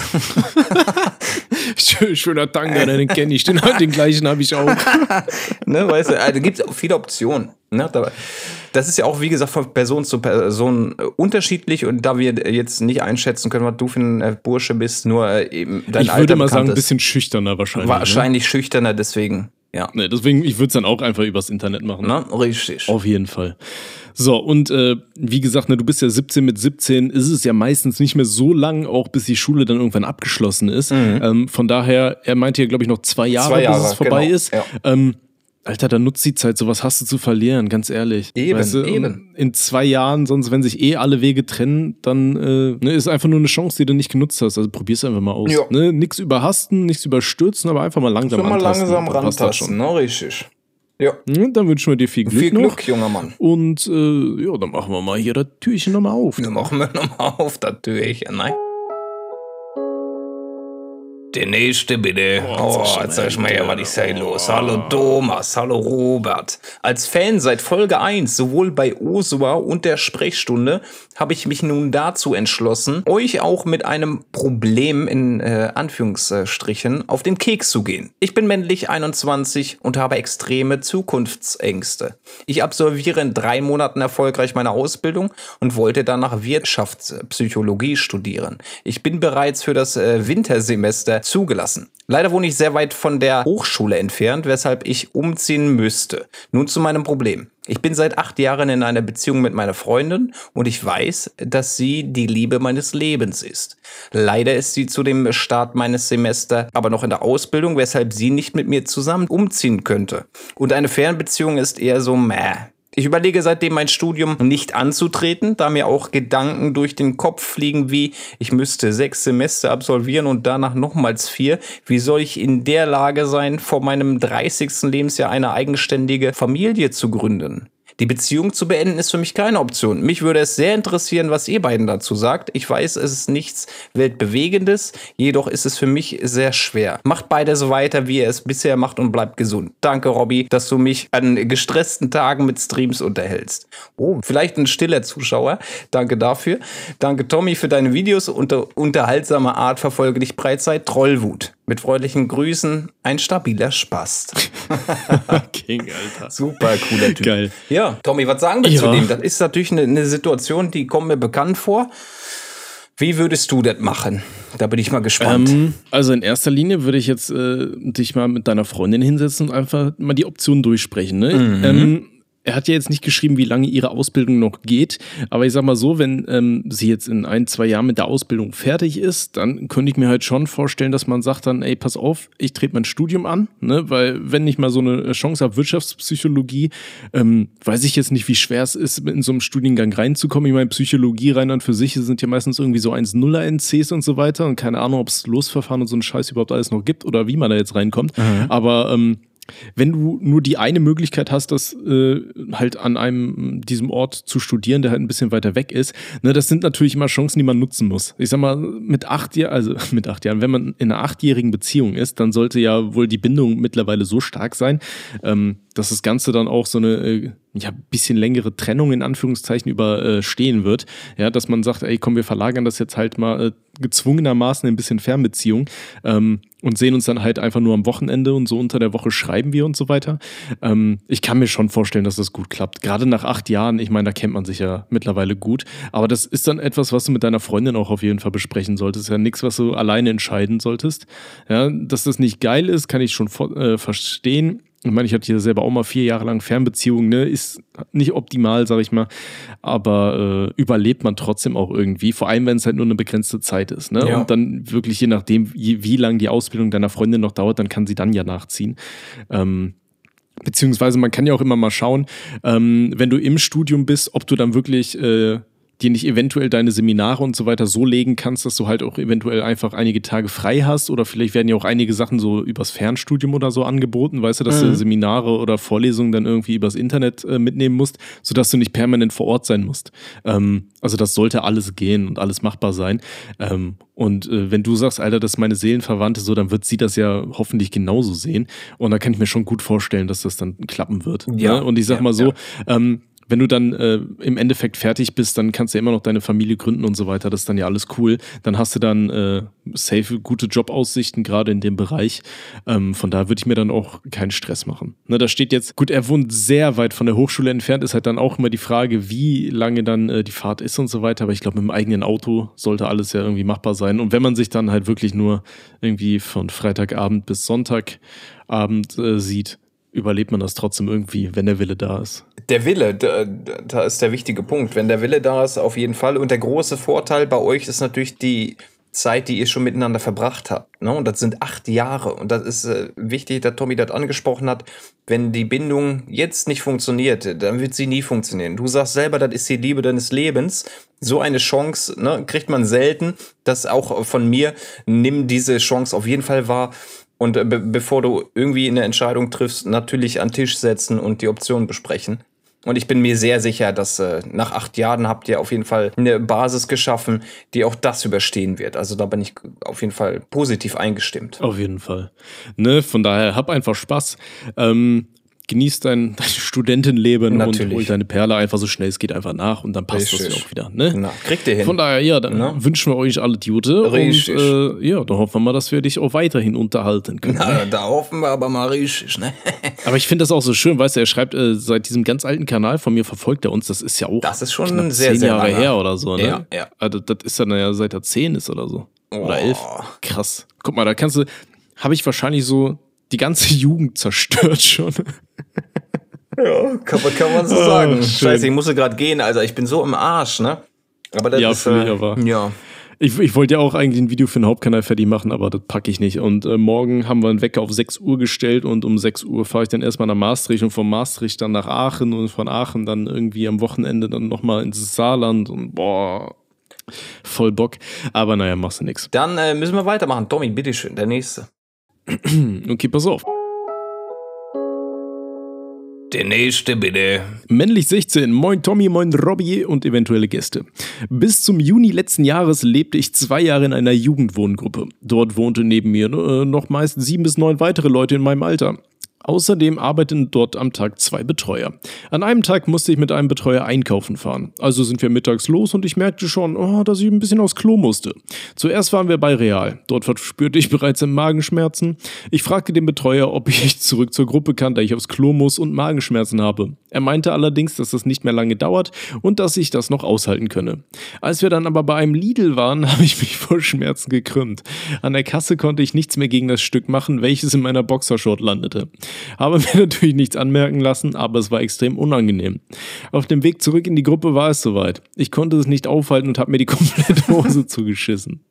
Schöner Tanga, den kenne ich, den, den gleichen habe ich auch. Ne, weißt du, also, da gibt es viele Optionen. Ne? Das ist ja auch, wie gesagt, von Person zu Person unterschiedlich und da wir jetzt nicht einschätzen können, was du für ein Bursche bist, nur eben dein Ich Alter würde mal sagen, ein ist, bisschen schüchterner wahrscheinlich. Wahrscheinlich ne? schüchterner, deswegen, ja. Ne, deswegen, ich würde es dann auch einfach übers Internet machen. Na, richtig. Auf jeden Fall. So, und äh, wie gesagt, ne, du bist ja siebzehn, mit siebzehn ist es ja meistens nicht mehr so lang, auch bis die Schule dann irgendwann abgeschlossen ist. Mhm. Ähm, von daher, er meinte ja, glaube ich, noch zwei Jahre, zwei Jahre bis es vorbei genau. ist. Ja. Ähm, Alter, dann nutzt die Zeit, sowas hast du zu verlieren, ganz ehrlich. Eben, weißt du, eben. In zwei Jahren, sonst wenn sich eh alle Wege trennen, dann äh, ne, ist einfach nur eine Chance, die du nicht genutzt hast. Also probier's einfach mal aus. Ne, nichts überhasten, nichts überstürzen, aber einfach mal langsam mal antasten. langsam rantasten, ne, richtig. Ja. ja. Dann wünschen wir dir viel Glück Viel Glück, noch. junger Mann. Und äh, ja, dann machen wir mal hier das Türchen nochmal auf. Dann machen wir nochmal auf das Türchen, nein. Der nächste bitte. Oh, oh jetzt sag ich mal ja, was ich sei los. Hallo Thomas, hallo Robert. Als Fan seit Folge eins, sowohl bei Osua und der Sprechstunde, habe ich mich nun dazu entschlossen, euch auch mit einem Problem in äh, Anführungsstrichen auf den Keks zu gehen. Ich bin männlich einundzwanzig und habe extreme Zukunftsängste. Ich absolviere in drei Monaten erfolgreich meine Ausbildung und wollte danach Wirtschaftspsychologie studieren. Ich bin bereits für das äh, Wintersemester Semester zugelassen. Leider wohne ich sehr weit von der Hochschule entfernt, weshalb ich umziehen müsste. Nun zu meinem Problem. Ich bin seit acht Jahren in einer Beziehung mit meiner Freundin und ich weiß, dass sie die Liebe meines Lebens ist. Leider ist sie zu dem Start meines Semesters aber noch in der Ausbildung, weshalb sie nicht mit mir zusammen umziehen könnte. Und eine Fernbeziehung ist eher so meh. Ich überlege seitdem mein Studium nicht anzutreten, da mir auch Gedanken durch den Kopf fliegen wie, ich müsste sechs Semester absolvieren und danach nochmals vier. Wie soll ich in der Lage sein, vor meinem dreißigsten Lebensjahr eine eigenständige Familie zu gründen? Die Beziehung zu beenden ist für mich keine Option. Mich würde es sehr interessieren, was ihr beiden dazu sagt. Ich weiß, es ist nichts Weltbewegendes, jedoch ist es für mich sehr schwer. Macht beide so weiter, wie ihr es bisher macht und bleibt gesund. Danke, Robby, dass du mich an gestressten Tagen mit Streams unterhältst. Oh, vielleicht ein stiller Zuschauer. Danke dafür. Danke, Tommy, für deine Videos. Unter unterhaltsamer Art verfolge dich Breitzeit Trollwut. Mit freundlichen Grüßen, ein stabiler Spaß. King, Alter. Super cooler Typ. Geil. Ja, Tommy, was sagen wir ja. zu dem? Das ist natürlich eine, eine Situation, die kommt mir bekannt vor. Wie würdest du das machen? Da bin ich mal gespannt. Ähm, also in erster Linie würde ich jetzt äh, dich mal mit deiner Freundin hinsetzen und einfach mal die Optionen durchsprechen. Ne? Mhm. Ähm, Er hat ja jetzt nicht geschrieben, wie lange ihre Ausbildung noch geht, aber ich sag mal so, wenn ähm, sie jetzt in ein, zwei Jahren mit der Ausbildung fertig ist, dann könnte ich mir halt schon vorstellen, dass man sagt dann, ey, pass auf, ich trete mein Studium an, ne? Weil wenn ich mal so eine Chance habe, Wirtschaftspsychologie, ähm, weiß ich jetzt nicht, wie schwer es ist, in so einem Studiengang reinzukommen. Ich meine, Psychologie rein und für sich sind ja meistens irgendwie so eins Nuller N Cs und so weiter und keine Ahnung, ob es Losverfahren und so einen Scheiß überhaupt alles noch gibt oder wie man da jetzt reinkommt, mhm. aber ähm, wenn du nur die eine Möglichkeit hast, das äh, halt an einem diesem Ort zu studieren, der halt ein bisschen weiter weg ist, ne, das sind natürlich immer Chancen, die man nutzen muss. Ich sag mal, mit acht Jahren, also mit acht Jahren, wenn man in einer achtjährigen Beziehung ist, dann sollte ja wohl die Bindung mittlerweile so stark sein, ähm, dass das Ganze dann auch so eine äh, ja, bisschen längere Trennung in Anführungszeichen überstehen wird. Ja, dass man sagt, ey, komm, wir verlagern das jetzt halt mal äh, gezwungenermaßen in ein bisschen Fernbeziehung ähm, und sehen uns dann halt einfach nur am Wochenende und so unter der Woche schreiben wir und so weiter. Ähm, ich kann mir schon vorstellen, dass das gut klappt. Gerade nach acht Jahren, ich meine, da kennt man sich ja mittlerweile gut. Aber das ist dann etwas, was du mit deiner Freundin auch auf jeden Fall besprechen solltest. Ja, nichts, was du alleine entscheiden solltest. Ja, dass das nicht geil ist, kann ich schon äh, verstehen. Ich meine, ich hatte hier selber auch mal vier Jahre lang Fernbeziehung, ne, ist nicht optimal, sag ich mal, aber äh, überlebt man trotzdem auch irgendwie, vor allem, wenn es halt nur eine begrenzte Zeit ist, ne, ja. Und dann wirklich je nachdem, wie, wie lang die Ausbildung deiner Freundin noch dauert, dann kann sie dann ja nachziehen. Ähm, beziehungsweise man kann ja auch immer mal schauen, ähm, wenn du im Studium bist, ob du dann wirklich äh, dir nicht eventuell deine Seminare und so weiter so legen kannst, dass du halt auch eventuell einfach einige Tage frei hast oder vielleicht werden ja auch einige Sachen so übers Fernstudium oder so angeboten, weißt du, dass mhm. du Seminare oder Vorlesungen dann irgendwie übers Internet äh, mitnehmen musst, sodass du nicht permanent vor Ort sein musst. Ähm, also das sollte alles gehen und alles machbar sein. Ähm, und äh, wenn du sagst, Alter, das ist meine Seelenverwandte, so, dann wird sie das ja hoffentlich genauso sehen und da kann ich mir schon gut vorstellen, dass das dann klappen wird. Ja. Ne? Und ich sag ja, mal so, ja. ähm, wenn du dann äh, im Endeffekt fertig bist, dann kannst du ja immer noch deine Familie gründen und so weiter. Das ist dann ja alles cool. Dann hast du dann äh, safe, gute Jobaussichten, gerade in dem Bereich. Ähm, von daher würde ich mir dann auch keinen Stress machen. Ne, da steht jetzt, gut, er wohnt sehr weit von der Hochschule entfernt, ist halt dann auch immer die Frage, wie lange dann äh, die Fahrt ist und so weiter. Aber ich glaube, mit dem eigenen Auto sollte alles ja irgendwie machbar sein. Und wenn man sich dann halt wirklich nur irgendwie von Freitagabend bis Sonntagabend äh, sieht, überlebt man das trotzdem irgendwie, wenn der Wille da ist. Der Wille, da, da ist der wichtige Punkt. Wenn der Wille da ist, auf jeden Fall. Und der große Vorteil bei euch ist natürlich die Zeit, die ihr schon miteinander verbracht habt. Ne? Und das sind acht Jahre. Und das ist äh, wichtig, dass Tommy das angesprochen hat. Wenn die Bindung jetzt nicht funktioniert, dann wird sie nie funktionieren. Du sagst selber, das ist die Liebe deines Lebens. So eine Chance, ne, kriegt man selten. Das auch von mir. Nimm diese Chance auf jeden Fall wahr. Und be- bevor du irgendwie eine Entscheidung triffst, natürlich an den Tisch setzen und die Optionen besprechen. Und ich bin mir sehr sicher, dass äh, nach acht Jahren habt ihr auf jeden Fall eine Basis geschaffen, die auch das überstehen wird. Also da bin ich auf jeden Fall positiv eingestimmt. Auf jeden Fall. Ne, von daher, hab einfach Spaß. Ähm, genieß dein, dein Studentenleben Natürlich. Und hol deine Perle einfach so schnell es geht einfach nach und dann passt Richtig. Das ja auch wieder. Ne? Na, kriegt ihr hin. Von daher, ja, dann Na? wünschen wir euch alle Gute richtig. Und äh, ja, dann hoffen wir mal, dass wir dich auch weiterhin unterhalten können. Na, da hoffen wir aber mal richtig, ne? Aber ich finde das auch so schön, weißt du, er schreibt, äh, seit diesem ganz alten Kanal von mir verfolgt er uns, das ist ja auch das ist schon knapp sehr, zehn sehr Jahre lange. her oder so, ne? Ja, ja. Also das ist dann ja seit er zehn ist oder so. Oder elf. Krass. Guck mal, da kannst du, habe ich wahrscheinlich so die ganze Jugend zerstört schon. Ja, kann, kann man so oh, sagen. Schön. Scheiße, ich musste gerade gehen, Alter. Ich bin so im Arsch, ne? Aber das ja, ist, für mich aber. Ja. Ich, ich wollte ja auch eigentlich ein Video für den Hauptkanal fertig machen, aber das packe ich nicht. Und äh, morgen haben wir einen Wecker auf sechs Uhr gestellt und um sechs Uhr fahre ich dann erstmal nach Maastricht und von Maastricht dann nach Aachen und von Aachen dann irgendwie am Wochenende dann nochmal ins Saarland und boah, voll Bock. Aber naja, machst du nix. Dann äh, müssen wir weitermachen. Tommy, bitteschön, der Nächste. Okay, pass auf. Der Nächste, bitte. Männlich sechzehn, moin Tommy, moin Robby und eventuelle Gäste. Bis zum Juni letzten Jahres lebte ich zwei Jahre in einer Jugendwohngruppe. Dort wohnte neben mir äh, noch meist sieben bis neun weitere Leute in meinem Alter. Außerdem arbeiteten dort am Tag zwei Betreuer. An einem Tag musste ich mit einem Betreuer einkaufen fahren. Also sind wir mittags los und ich merkte schon, oh, dass ich ein bisschen aufs Klo musste. Zuerst waren wir bei Real. Dort verspürte ich bereits Magenschmerzen. Ich fragte den Betreuer, ob ich zurück zur Gruppe kann, da ich aufs Klo muss und Magenschmerzen habe. Er meinte allerdings, dass das nicht mehr lange dauert und dass ich das noch aushalten könne. Als wir dann aber bei einem Lidl waren, habe ich mich vor Schmerzen gekrümmt. An der Kasse konnte ich nichts mehr gegen das Stück machen, welches in meiner Boxershort landete. Habe mir natürlich nichts anmerken lassen, aber es war extrem unangenehm. Auf dem Weg zurück in die Gruppe war es soweit. Ich konnte es nicht aufhalten und habe mir die komplette Hose zugeschissen.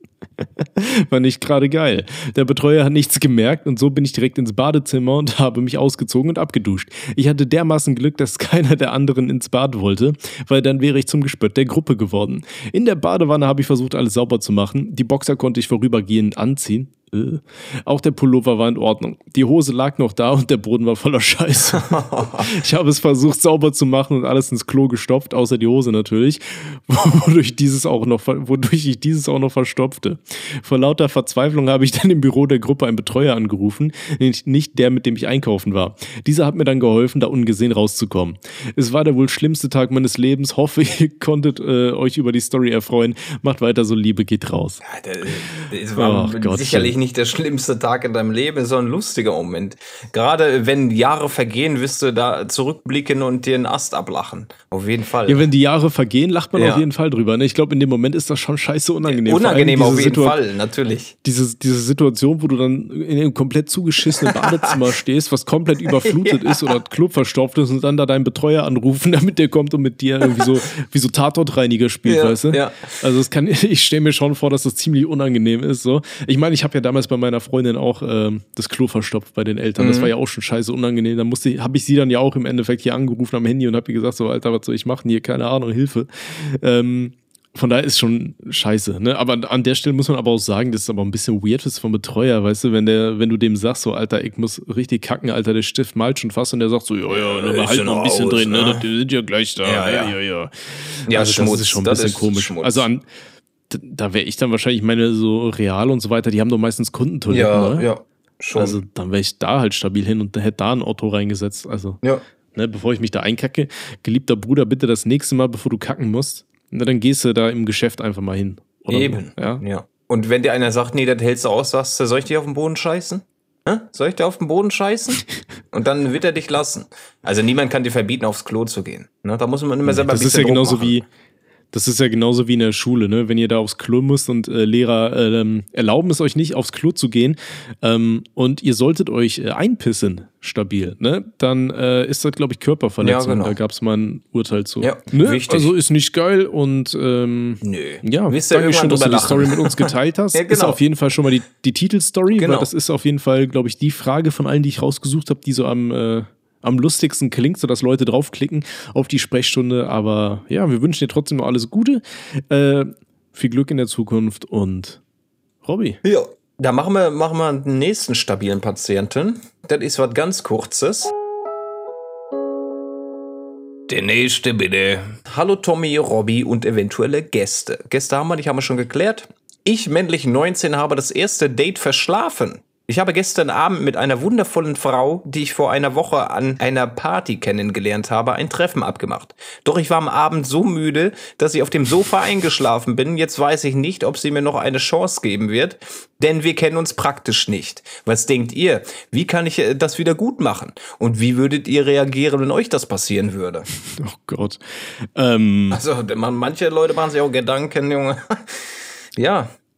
War nicht gerade geil. Der Betreuer hat nichts gemerkt und so bin ich direkt ins Badezimmer und habe mich ausgezogen und abgeduscht. Ich hatte dermaßen Glück, dass keiner der anderen ins Bad wollte, weil dann wäre ich zum Gespött der Gruppe geworden. In der Badewanne habe ich versucht, alles sauber zu machen. Die Boxer konnte ich vorübergehend anziehen. Äh. Auch der Pullover war in Ordnung. Die Hose lag noch da und der Boden war voller Scheiße. Ich habe es versucht sauber zu machen und alles ins Klo gestopft, außer die Hose natürlich, wodurch, dieses auch noch, wodurch ich dieses auch noch verstopfte. Vor lauter Verzweiflung habe ich dann im Büro der Gruppe einen Betreuer angerufen, nicht der, mit dem ich einkaufen war. Dieser hat mir dann geholfen, da ungesehen rauszukommen. Es war der wohl schlimmste Tag meines Lebens. Hoffe, ihr konntet äh, euch über die Story erfreuen. Macht weiter so, Liebe, geht raus. Ja, das war oh, sicherlich nicht der schlimmste Tag in deinem Leben, ist so ein lustiger Moment. Gerade wenn Jahre vergehen, wirst du da zurückblicken und dir einen Ast ablachen. Auf jeden Fall. Ja, wenn die Jahre vergehen, lacht man ja. auf jeden Fall drüber. Ne? Ich glaube, in dem Moment ist das schon scheiße unangenehm. Unangenehm auf jeden Situa- Fall, natürlich. Diese, diese Situation, wo du dann in einem komplett zugeschissenen Badezimmer stehst, was komplett überflutet ja. ist oder Club verstopft ist und dann da deinen Betreuer anrufen, damit der kommt und mit dir irgendwie so wie so Tatortreiniger spielt, ja, weißt du? Ja. Also das kann, ich stelle mir schon vor, dass das ziemlich unangenehm ist. So. Ich meine, ich habe ja damals bei meiner Freundin auch ähm, das Klo verstopft bei den Eltern. Mhm. Das war ja auch schon scheiße unangenehm. Da musste, habe ich sie dann ja auch im Endeffekt hier angerufen am Handy und habe ihr gesagt, so Alter, was soll ich machen hier? Keine Ahnung, Hilfe. Ähm, von daher ist schon scheiße, ne? Aber an der Stelle muss man aber auch sagen, das ist aber ein bisschen weird ist vom Betreuer, weißt du, wenn der, wenn du dem sagst, so Alter, ich muss richtig kacken, Alter, der Stift malt schon fast und der sagt so, ja, ja, ja halt noch ein bisschen aus, drin, ne? ne? Die sind ja gleich da. Ja, ja, ja. ja. ja also Schmutz, das ist schon ein bisschen komisch. Schmutz. Also an da wäre ich dann wahrscheinlich, ich meine, so Real und so weiter, die haben doch meistens Kundentoiletten, ja, ne? Ja, schon. Also dann wäre ich da halt stabil hin und hätte da ein Otto reingesetzt. Also, ja. ne, bevor ich mich da einkacke, geliebter Bruder, bitte das nächste Mal, bevor du kacken musst, na, dann gehst du da im Geschäft einfach mal hin. Oder Eben, so, ja? ja. Und wenn dir einer sagt, nee, das hältst du aus, sagst du, soll ich dir auf den Boden scheißen? Hä? Soll ich dir auf den Boden scheißen? Und dann wird er dich lassen. Also niemand kann dir verbieten, aufs Klo zu gehen. Ne? Da muss man immer selber das ein bisschen ist ja genauso machen. wie Das ist ja genauso wie in der Schule, ne? Wenn ihr da aufs Klo müsst und äh, Lehrer ähm, erlauben es euch nicht, aufs Klo zu gehen ähm, und ihr solltet euch äh, einpissen, stabil, ne? Dann äh, ist das, glaube ich, Körperverletzung. Ja, genau. Da gab es mal ein Urteil zu. Ja, ne? Wichtig. Also ist nicht geil und ähm, Nö. ja, Wisst danke schön, dass du die lachen. Story mit uns geteilt hast. Ja, genau. Ist auf jeden Fall schon mal die, die Titelstory, genau. weil das ist auf jeden Fall, glaube ich, die Frage von allen, die ich rausgesucht habe, die so am äh, am lustigsten klingt, sodass Leute draufklicken auf die Sprechstunde. Aber ja, wir wünschen dir trotzdem noch alles Gute. Äh, viel Glück in der Zukunft und Robby. Ja, da machen wir, machen wir den nächsten stabilen Patienten. Das ist was ganz Kurzes. Der nächste bitte. Hallo Tommy, Robby und eventuelle Gäste. Gäste haben wir, die haben wir schon geklärt. Ich, männlich neunzehn, habe das erste Date verschlafen. Ich habe gestern Abend mit einer wundervollen Frau, die ich vor einer Woche an einer Party kennengelernt habe, ein Treffen abgemacht. Doch ich war am Abend so müde, dass ich auf dem Sofa eingeschlafen bin. Jetzt weiß ich nicht, ob sie mir noch eine Chance geben wird, denn wir kennen uns praktisch nicht. Was denkt ihr? Wie kann ich das wieder gut machen? Und wie würdet ihr reagieren, wenn euch das passieren würde? Oh Gott. Ähm, also manche Leute machen sich auch Gedanken, Junge. Ja.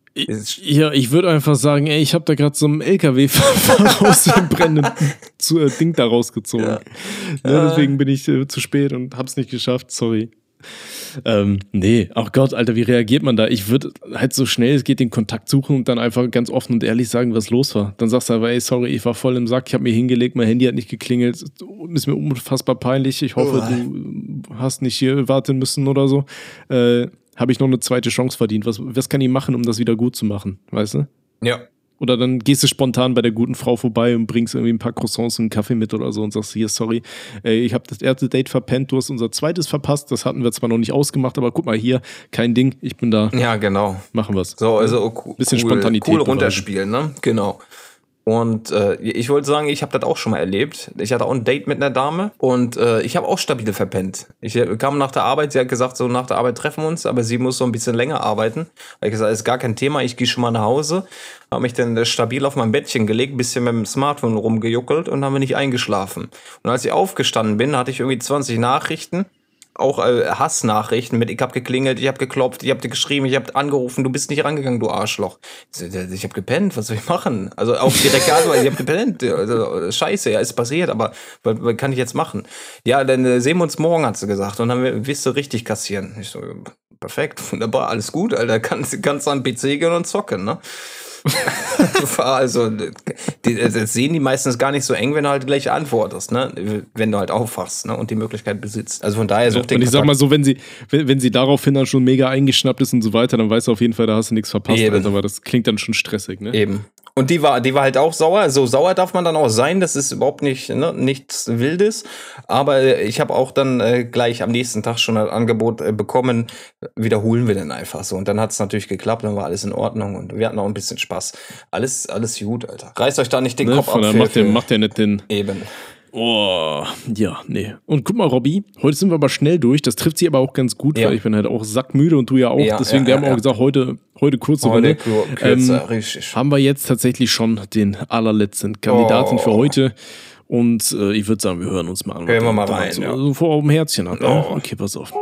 Ja, ich würde einfach sagen, ey, ich habe da gerade so einen L K W-Fahrer aus dem brennenden zu, äh, Ding da rausgezogen. Ja. Ja, deswegen bin ich äh, zu spät und hab's nicht geschafft, sorry. Ähm, nee, ach Gott, Alter, wie reagiert man da? Ich würde halt so schnell es geht den Kontakt suchen und dann einfach ganz offen und ehrlich sagen, was los war. Dann sagst du aber, ey, sorry, ich war voll im Sack, ich habe mir hingelegt, mein Handy hat nicht geklingelt, ist mir unfassbar peinlich, ich hoffe, oh. du hast nicht hier warten müssen oder so. Äh, habe ich noch eine zweite Chance verdient. Was, was kann ich machen, um das wieder gut zu machen, weißt du? Ja. Oder dann gehst du spontan bei der guten Frau vorbei und bringst irgendwie ein paar Croissants und einen Kaffee mit oder so und sagst, hier, sorry, ey, ich habe das erste Date verpennt, du hast unser zweites verpasst, das hatten wir zwar noch nicht ausgemacht, aber guck mal hier, kein Ding, ich bin da. Ja, genau. Machen wir's. So, also cool, bisschen Spontanität. Cool runterspielen, ne? Genau. Und äh, ich wollte sagen, ich habe das auch schon mal erlebt. Ich hatte auch ein Date mit einer Dame und äh, ich habe auch stabil verpennt. Ich kam nach der Arbeit, sie hat gesagt, so nach der Arbeit treffen wir uns, aber sie muss so ein bisschen länger arbeiten. Da habe ich gesagt, ist gar kein Thema, ich gehe schon mal nach Hause. Habe mich dann stabil auf mein Bettchen gelegt, ein bisschen mit dem Smartphone rumgejuckelt und haben wir nicht eingeschlafen. Und als ich aufgestanden bin, hatte ich irgendwie zwanzig Nachrichten. Auch äh, Hassnachrichten mit, ich hab geklingelt, ich hab geklopft, ich hab dir geschrieben, ich hab angerufen, du bist nicht rangegangen, du Arschloch. Ich, ich hab gepennt, was soll ich machen? Also auch direkt, also, ich hab gepennt, also, scheiße, ja, ist passiert, aber was, was kann ich jetzt machen? Ja, dann äh, sehen wir uns morgen, hat sie gesagt, und dann wirst du richtig kassieren. Ich so, perfekt, wunderbar, alles gut, Alter, kannst, kannst du am P C gehen und zocken, ne? Also, die, das sehen die meistens gar nicht so eng, wenn du halt gleich antwortest, ne? Wenn du halt aufwachst, ne? Und die Möglichkeit besitzt. Also von daher such ja, den Und ich Kontakt. Sag mal so, wenn sie, wenn, wenn sie daraufhin dann schon mega eingeschnappt ist und so weiter, dann weißt du auf jeden Fall, da hast du nichts verpasst, Alter, aber das klingt dann schon stressig, ne? Eben. Und die war, die war halt auch sauer. So sauer darf man dann auch sein. Das ist überhaupt nicht, ne, nichts Wildes. Aber ich habe auch dann äh, gleich am nächsten Tag schon ein Angebot äh, bekommen. Wiederholen wir dann einfach so. Und dann hat es natürlich geklappt. Dann war alles in Ordnung. Und wir hatten auch ein bisschen Spaß. Alles, alles gut, Alter. Reißt euch da nicht den ne, Kopf ab. Macht der, macht der nicht den. Eben. Oh, ja, nee. Und guck mal, Robby, heute sind wir aber schnell durch. Das trifft sich aber auch ganz gut, ja. weil ich bin halt auch sackmüde und du ja auch. Ja, Deswegen, ja, wir ja, haben ja. auch gesagt, heute, heute kurze Runde. Ähm, haben wir jetzt tatsächlich schon den allerletzten Kandidaten oh. für heute. Und äh, ich würde sagen, wir hören uns mal an. Hören wir mal rein. So, ja. so vor auf dem Herzchen hat. Oh. Okay, pass auf.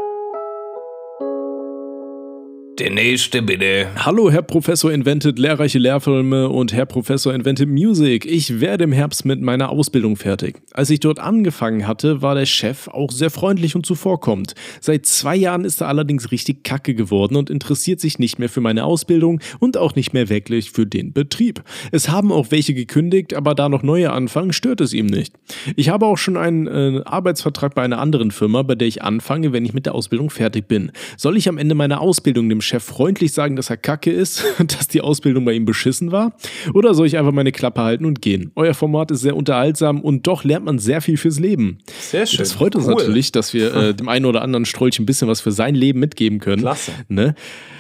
Der nächste, bitte. Hallo, Herr Professor Invented lehrreiche Lehrfilme und Herr Professor Invented Music. Ich werde im Herbst mit meiner Ausbildung fertig. Als ich dort angefangen hatte, war der Chef auch sehr freundlich und zuvorkommend. Seit zwei Jahren ist er allerdings richtig kacke geworden und interessiert sich nicht mehr für meine Ausbildung und auch nicht mehr wirklich für den Betrieb. Es haben auch welche gekündigt, aber da noch neue anfangen, stört es ihm nicht. Ich habe auch schon einen äh, Arbeitsvertrag bei einer anderen Firma, bei der ich anfange, wenn ich mit der Ausbildung fertig bin. Soll ich am Ende meiner Ausbildung dem Chef freundlich sagen, dass er kacke ist und dass die Ausbildung bei ihm beschissen war? Oder soll ich einfach meine Klappe halten und gehen? Euer Format ist sehr unterhaltsam und doch lernt man sehr viel fürs Leben. Sehr schön. Das freut uns cool. natürlich, dass wir äh, dem einen oder anderen Strolch ein bisschen was für sein Leben mitgeben können. Klasse. Ne?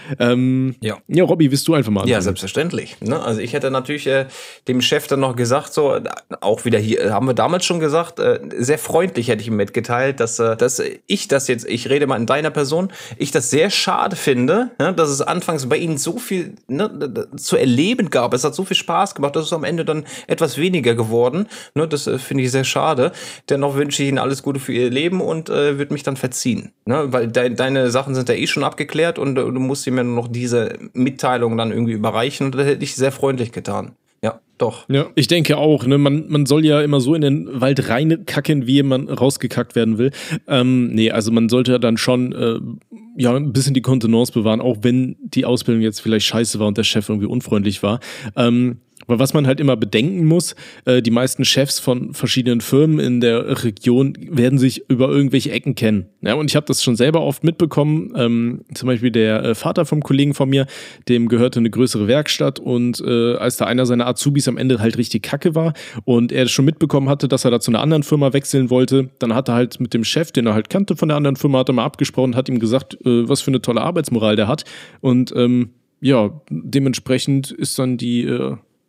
Ähm, ja. ja, Robby, willst du einfach mal anfangen? Ja, selbstverständlich. Ne? Also ich hätte natürlich äh, dem Chef dann noch gesagt, so auch wieder hier, haben wir damals schon gesagt, äh, sehr freundlich hätte ich ihm mitgeteilt, dass, äh, dass ich das jetzt, ich rede mal in deiner Person, ich das sehr schade finde, ne, dass es anfangs bei Ihnen so viel ne, zu erleben gab. Es hat so viel Spaß gemacht, das ist am Ende dann etwas weniger geworden. Ne? Das äh, finde ich sehr schade. Dennoch wünsche ich Ihnen alles Gute für Ihr Leben und äh, würde mich dann verziehen. Ne? Weil de- deine Sachen sind ja eh schon abgeklärt und äh, du musst ihm mir nur noch diese Mitteilung dann irgendwie überreichen und das hätte ich sehr freundlich getan. Ja, doch. Ja, ich denke auch. Ne? Man, man soll ja immer so in den Wald reinkacken, wie man rausgekackt werden will. Ähm, nee, also man sollte ja dann schon äh, ja, ein bisschen die Kontenance bewahren, auch wenn die Ausbildung jetzt vielleicht scheiße war und der Chef irgendwie unfreundlich war. Ähm, Aber was man halt immer bedenken muss, äh, die meisten Chefs von verschiedenen Firmen in der Region werden sich über irgendwelche Ecken kennen. Ja, und ich habe das schon selber oft mitbekommen. Ähm, zum Beispiel der äh, Vater vom Kollegen von mir, dem gehörte eine größere Werkstatt und äh, als da einer seiner Azubis am Ende halt richtig kacke war und er schon mitbekommen hatte, dass er da zu einer anderen Firma wechseln wollte, dann hat er halt mit dem Chef, den er halt kannte von der anderen Firma, hat er mal abgesprochen, hat ihm gesagt, äh, was für eine tolle Arbeitsmoral der hat und ähm, ja, dementsprechend ist dann die äh,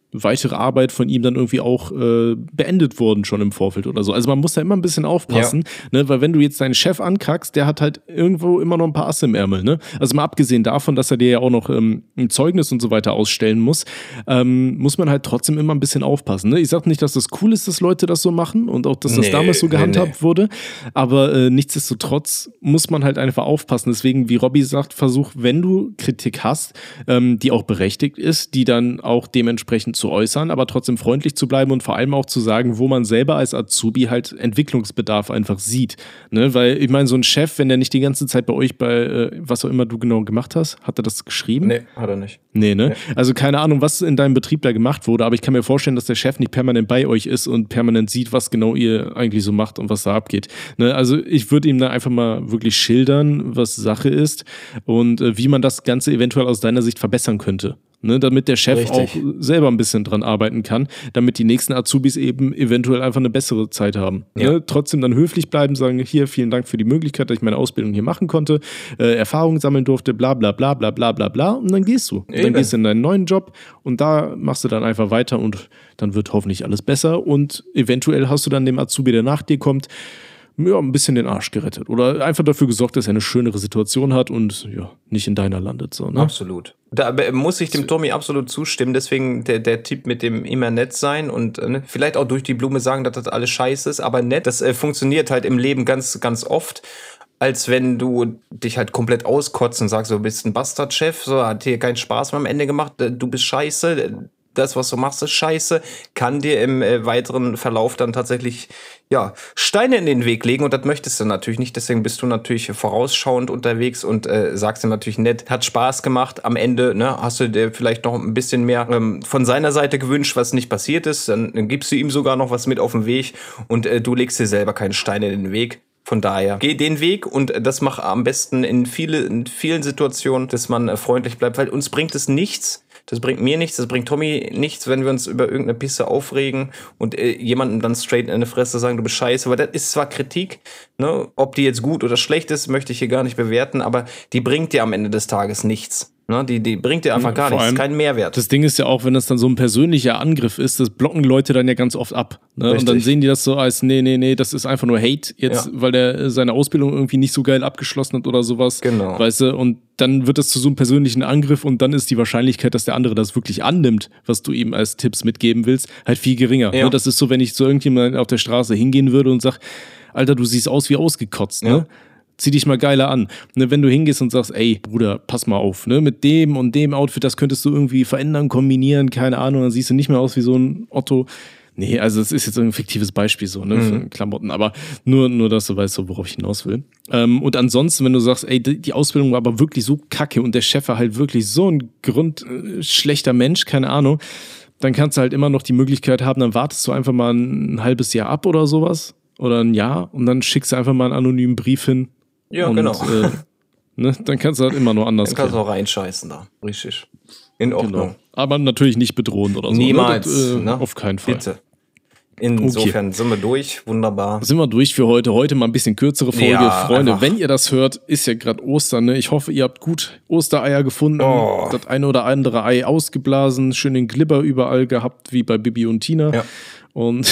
weitere Arbeit von ihm dann irgendwie auch äh, beendet wurden schon im Vorfeld oder so. Also man muss da immer ein bisschen aufpassen, ja. ne? Weil wenn du jetzt deinen Chef ankackst, der hat halt irgendwo immer noch ein paar Asse im Ärmel. Ne? Also mal abgesehen davon, dass er dir ja auch noch ähm, ein Zeugnis und so weiter ausstellen muss, ähm, muss man halt trotzdem immer ein bisschen aufpassen. Ne? Ich sag nicht, dass das cool ist, dass Leute das so machen und auch, dass das nee, damals so gehandhabt nee, nee. wurde, aber äh, nichtsdestotrotz muss man halt einfach aufpassen. Deswegen, wie Robby sagt, versuch, wenn du Kritik hast, ähm, die auch berechtigt ist, die dann auch dementsprechend zu äußern, aber trotzdem freundlich zu bleiben und vor allem auch zu sagen, wo man selber als Azubi halt Entwicklungsbedarf einfach sieht. Ne? Weil ich meine, so ein Chef, wenn der nicht die ganze Zeit bei euch bei, äh, was auch immer du genau gemacht hast, hat er das geschrieben? Nee, hat er nicht. Nee, ne? Nee. Also keine Ahnung, was in deinem Betrieb da gemacht wurde, aber ich kann mir vorstellen, dass der Chef nicht permanent bei euch ist und permanent sieht, was genau ihr eigentlich so macht und was da abgeht. Ne? Also ich würde ihm da einfach mal wirklich schildern, was Sache ist und äh, wie man das Ganze eventuell aus deiner Sicht verbessern könnte. Ne, damit der Chef Richtig. auch selber ein bisschen dran arbeiten kann, damit die nächsten Azubis eben eventuell einfach eine bessere Zeit haben. Ja. Ne, trotzdem dann höflich bleiben, sagen, hier, vielen Dank für die Möglichkeit, dass ich meine Ausbildung hier machen konnte, äh, Erfahrungen sammeln durfte, bla bla bla bla bla bla bla und dann gehst du. Eben. Dann gehst du in deinen neuen Job und da machst du dann einfach weiter und dann wird hoffentlich alles besser und eventuell hast du dann dem Azubi, der nach dir kommt, ja, ein bisschen den Arsch gerettet. Oder einfach dafür gesorgt, dass er eine schönere Situation hat und ja, nicht in deiner landet. So, ne? Absolut. Da muss ich dem Tommy absolut zustimmen. Deswegen der, der Tipp mit dem immer nett sein und ne, vielleicht auch durch die Blume sagen, dass das alles scheiße ist, aber nett. Das äh, funktioniert halt im Leben ganz, ganz oft. Als wenn du dich halt komplett auskotzt und sagst, du bist ein Bastardchef, so hat dir keinen Spaß mehr am Ende gemacht, du bist scheiße. Das, was du machst, ist scheiße, kann dir im äh, weiteren Verlauf dann tatsächlich ja, Steine in den Weg legen und das möchtest du natürlich nicht, deswegen bist du natürlich vorausschauend unterwegs und äh, sagst dir natürlich nett, hat Spaß gemacht, am Ende ne, hast du dir vielleicht noch ein bisschen mehr ähm, von seiner Seite gewünscht, was nicht passiert ist, dann, dann gibst du ihm sogar noch was mit auf den Weg und äh, du legst dir selber keinen Stein in den Weg. Von daher, geh den Weg und das mach am besten in, viele, in vielen Situationen, dass man freundlich bleibt, weil uns bringt es nichts, das bringt mir nichts, das bringt Tommy nichts, wenn wir uns über irgendeine Pisse aufregen und äh, jemandem dann straight in die Fresse sagen, du bist scheiße, weil das ist zwar Kritik, ne, ob die jetzt gut oder schlecht ist, möchte ich hier gar nicht bewerten, aber die bringt dir am Ende des Tages nichts. Ne, die, die bringt dir einfach gar nichts, keinen Mehrwert. Das Ding ist ja auch, wenn das dann so ein persönlicher Angriff ist, das blocken Leute dann ja ganz oft ab. Ne? Und dann sehen die das so als, nee, nee, nee, das ist einfach nur Hate, jetzt, ja. weil der seine Ausbildung irgendwie nicht so geil abgeschlossen hat oder sowas. Genau. Weißt du, und dann wird das zu so einem persönlichen Angriff und dann ist die Wahrscheinlichkeit, dass der andere das wirklich annimmt, was du ihm als Tipps mitgeben willst, halt viel geringer. Ja. Ne? Das ist so, wenn ich zu irgendjemandem auf der Straße hingehen würde und sag, Alter, du siehst aus wie ausgekotzt, ne? Ja. Zieh dich mal geiler an. Ne, wenn du hingehst und sagst, ey, Bruder, pass mal auf, ne, mit dem und dem Outfit, das könntest du irgendwie verändern, kombinieren, keine Ahnung, dann siehst du nicht mehr aus wie so ein Otto. Nee, also das ist jetzt ein fiktives Beispiel so, ne, mhm. für Klamotten, aber nur, nur, dass du weißt, so, worauf ich hinaus will. Ähm, und ansonsten, wenn du sagst, ey, die Ausbildung war aber wirklich so kacke und der Chef war halt wirklich so ein grundschlechter Mensch, keine Ahnung, dann kannst du halt immer noch die Möglichkeit haben, dann wartest du einfach mal ein, ein halbes Jahr ab oder sowas oder ein Jahr und dann schickst du einfach mal einen anonymen Brief hin. Ja, und, genau. Äh, ne, dann kannst du halt immer nur anders. Dann kannst du auch reinscheißen da. Richtig. In Ordnung. Genau. Aber natürlich nicht bedrohend oder so. Niemals. Ne? Das, äh, ne? Auf keinen Fall. Bitte. Insofern okay. sind wir durch. Wunderbar. Sind wir durch für heute. Heute mal ein bisschen kürzere Folge. Ja, Freunde, einfach. Wenn ihr das hört, ist ja gerade Ostern. Ne? Ich hoffe, ihr habt gut Ostereier gefunden. Oh. Das eine oder andere Ei ausgeblasen. Schön den Glibber überall gehabt, wie bei Bibi und Tina. Ja. Und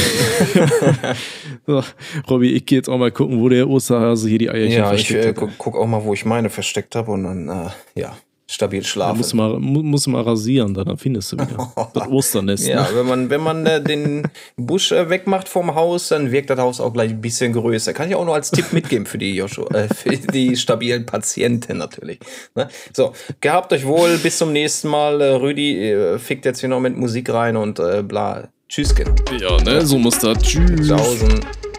so, Robby, ich gehe jetzt auch mal gucken, wo der Osterhase hier die Eierchen ja, versteckt ich äh, guck, guck auch mal, wo ich meine versteckt habe und dann, äh, ja, stabil schlafen. Musst du mal, musst mal rasieren, dann findest du wieder das Osternest. Ja, ne? wenn man, wenn man äh, den Busch äh, wegmacht vom Haus, dann wirkt das Haus auch gleich ein bisschen größer. Kann ich auch nur als Tipp mitgeben für die Joshua, äh, für die stabilen Patienten natürlich. Ne? So, gehabt euch wohl, bis zum nächsten Mal. Äh, Rüdi äh, fickt jetzt hier noch mit Musik rein und äh, bla. Tschüss, Kind. Ja, ne, so muss das. Tschüss. Tschaußen.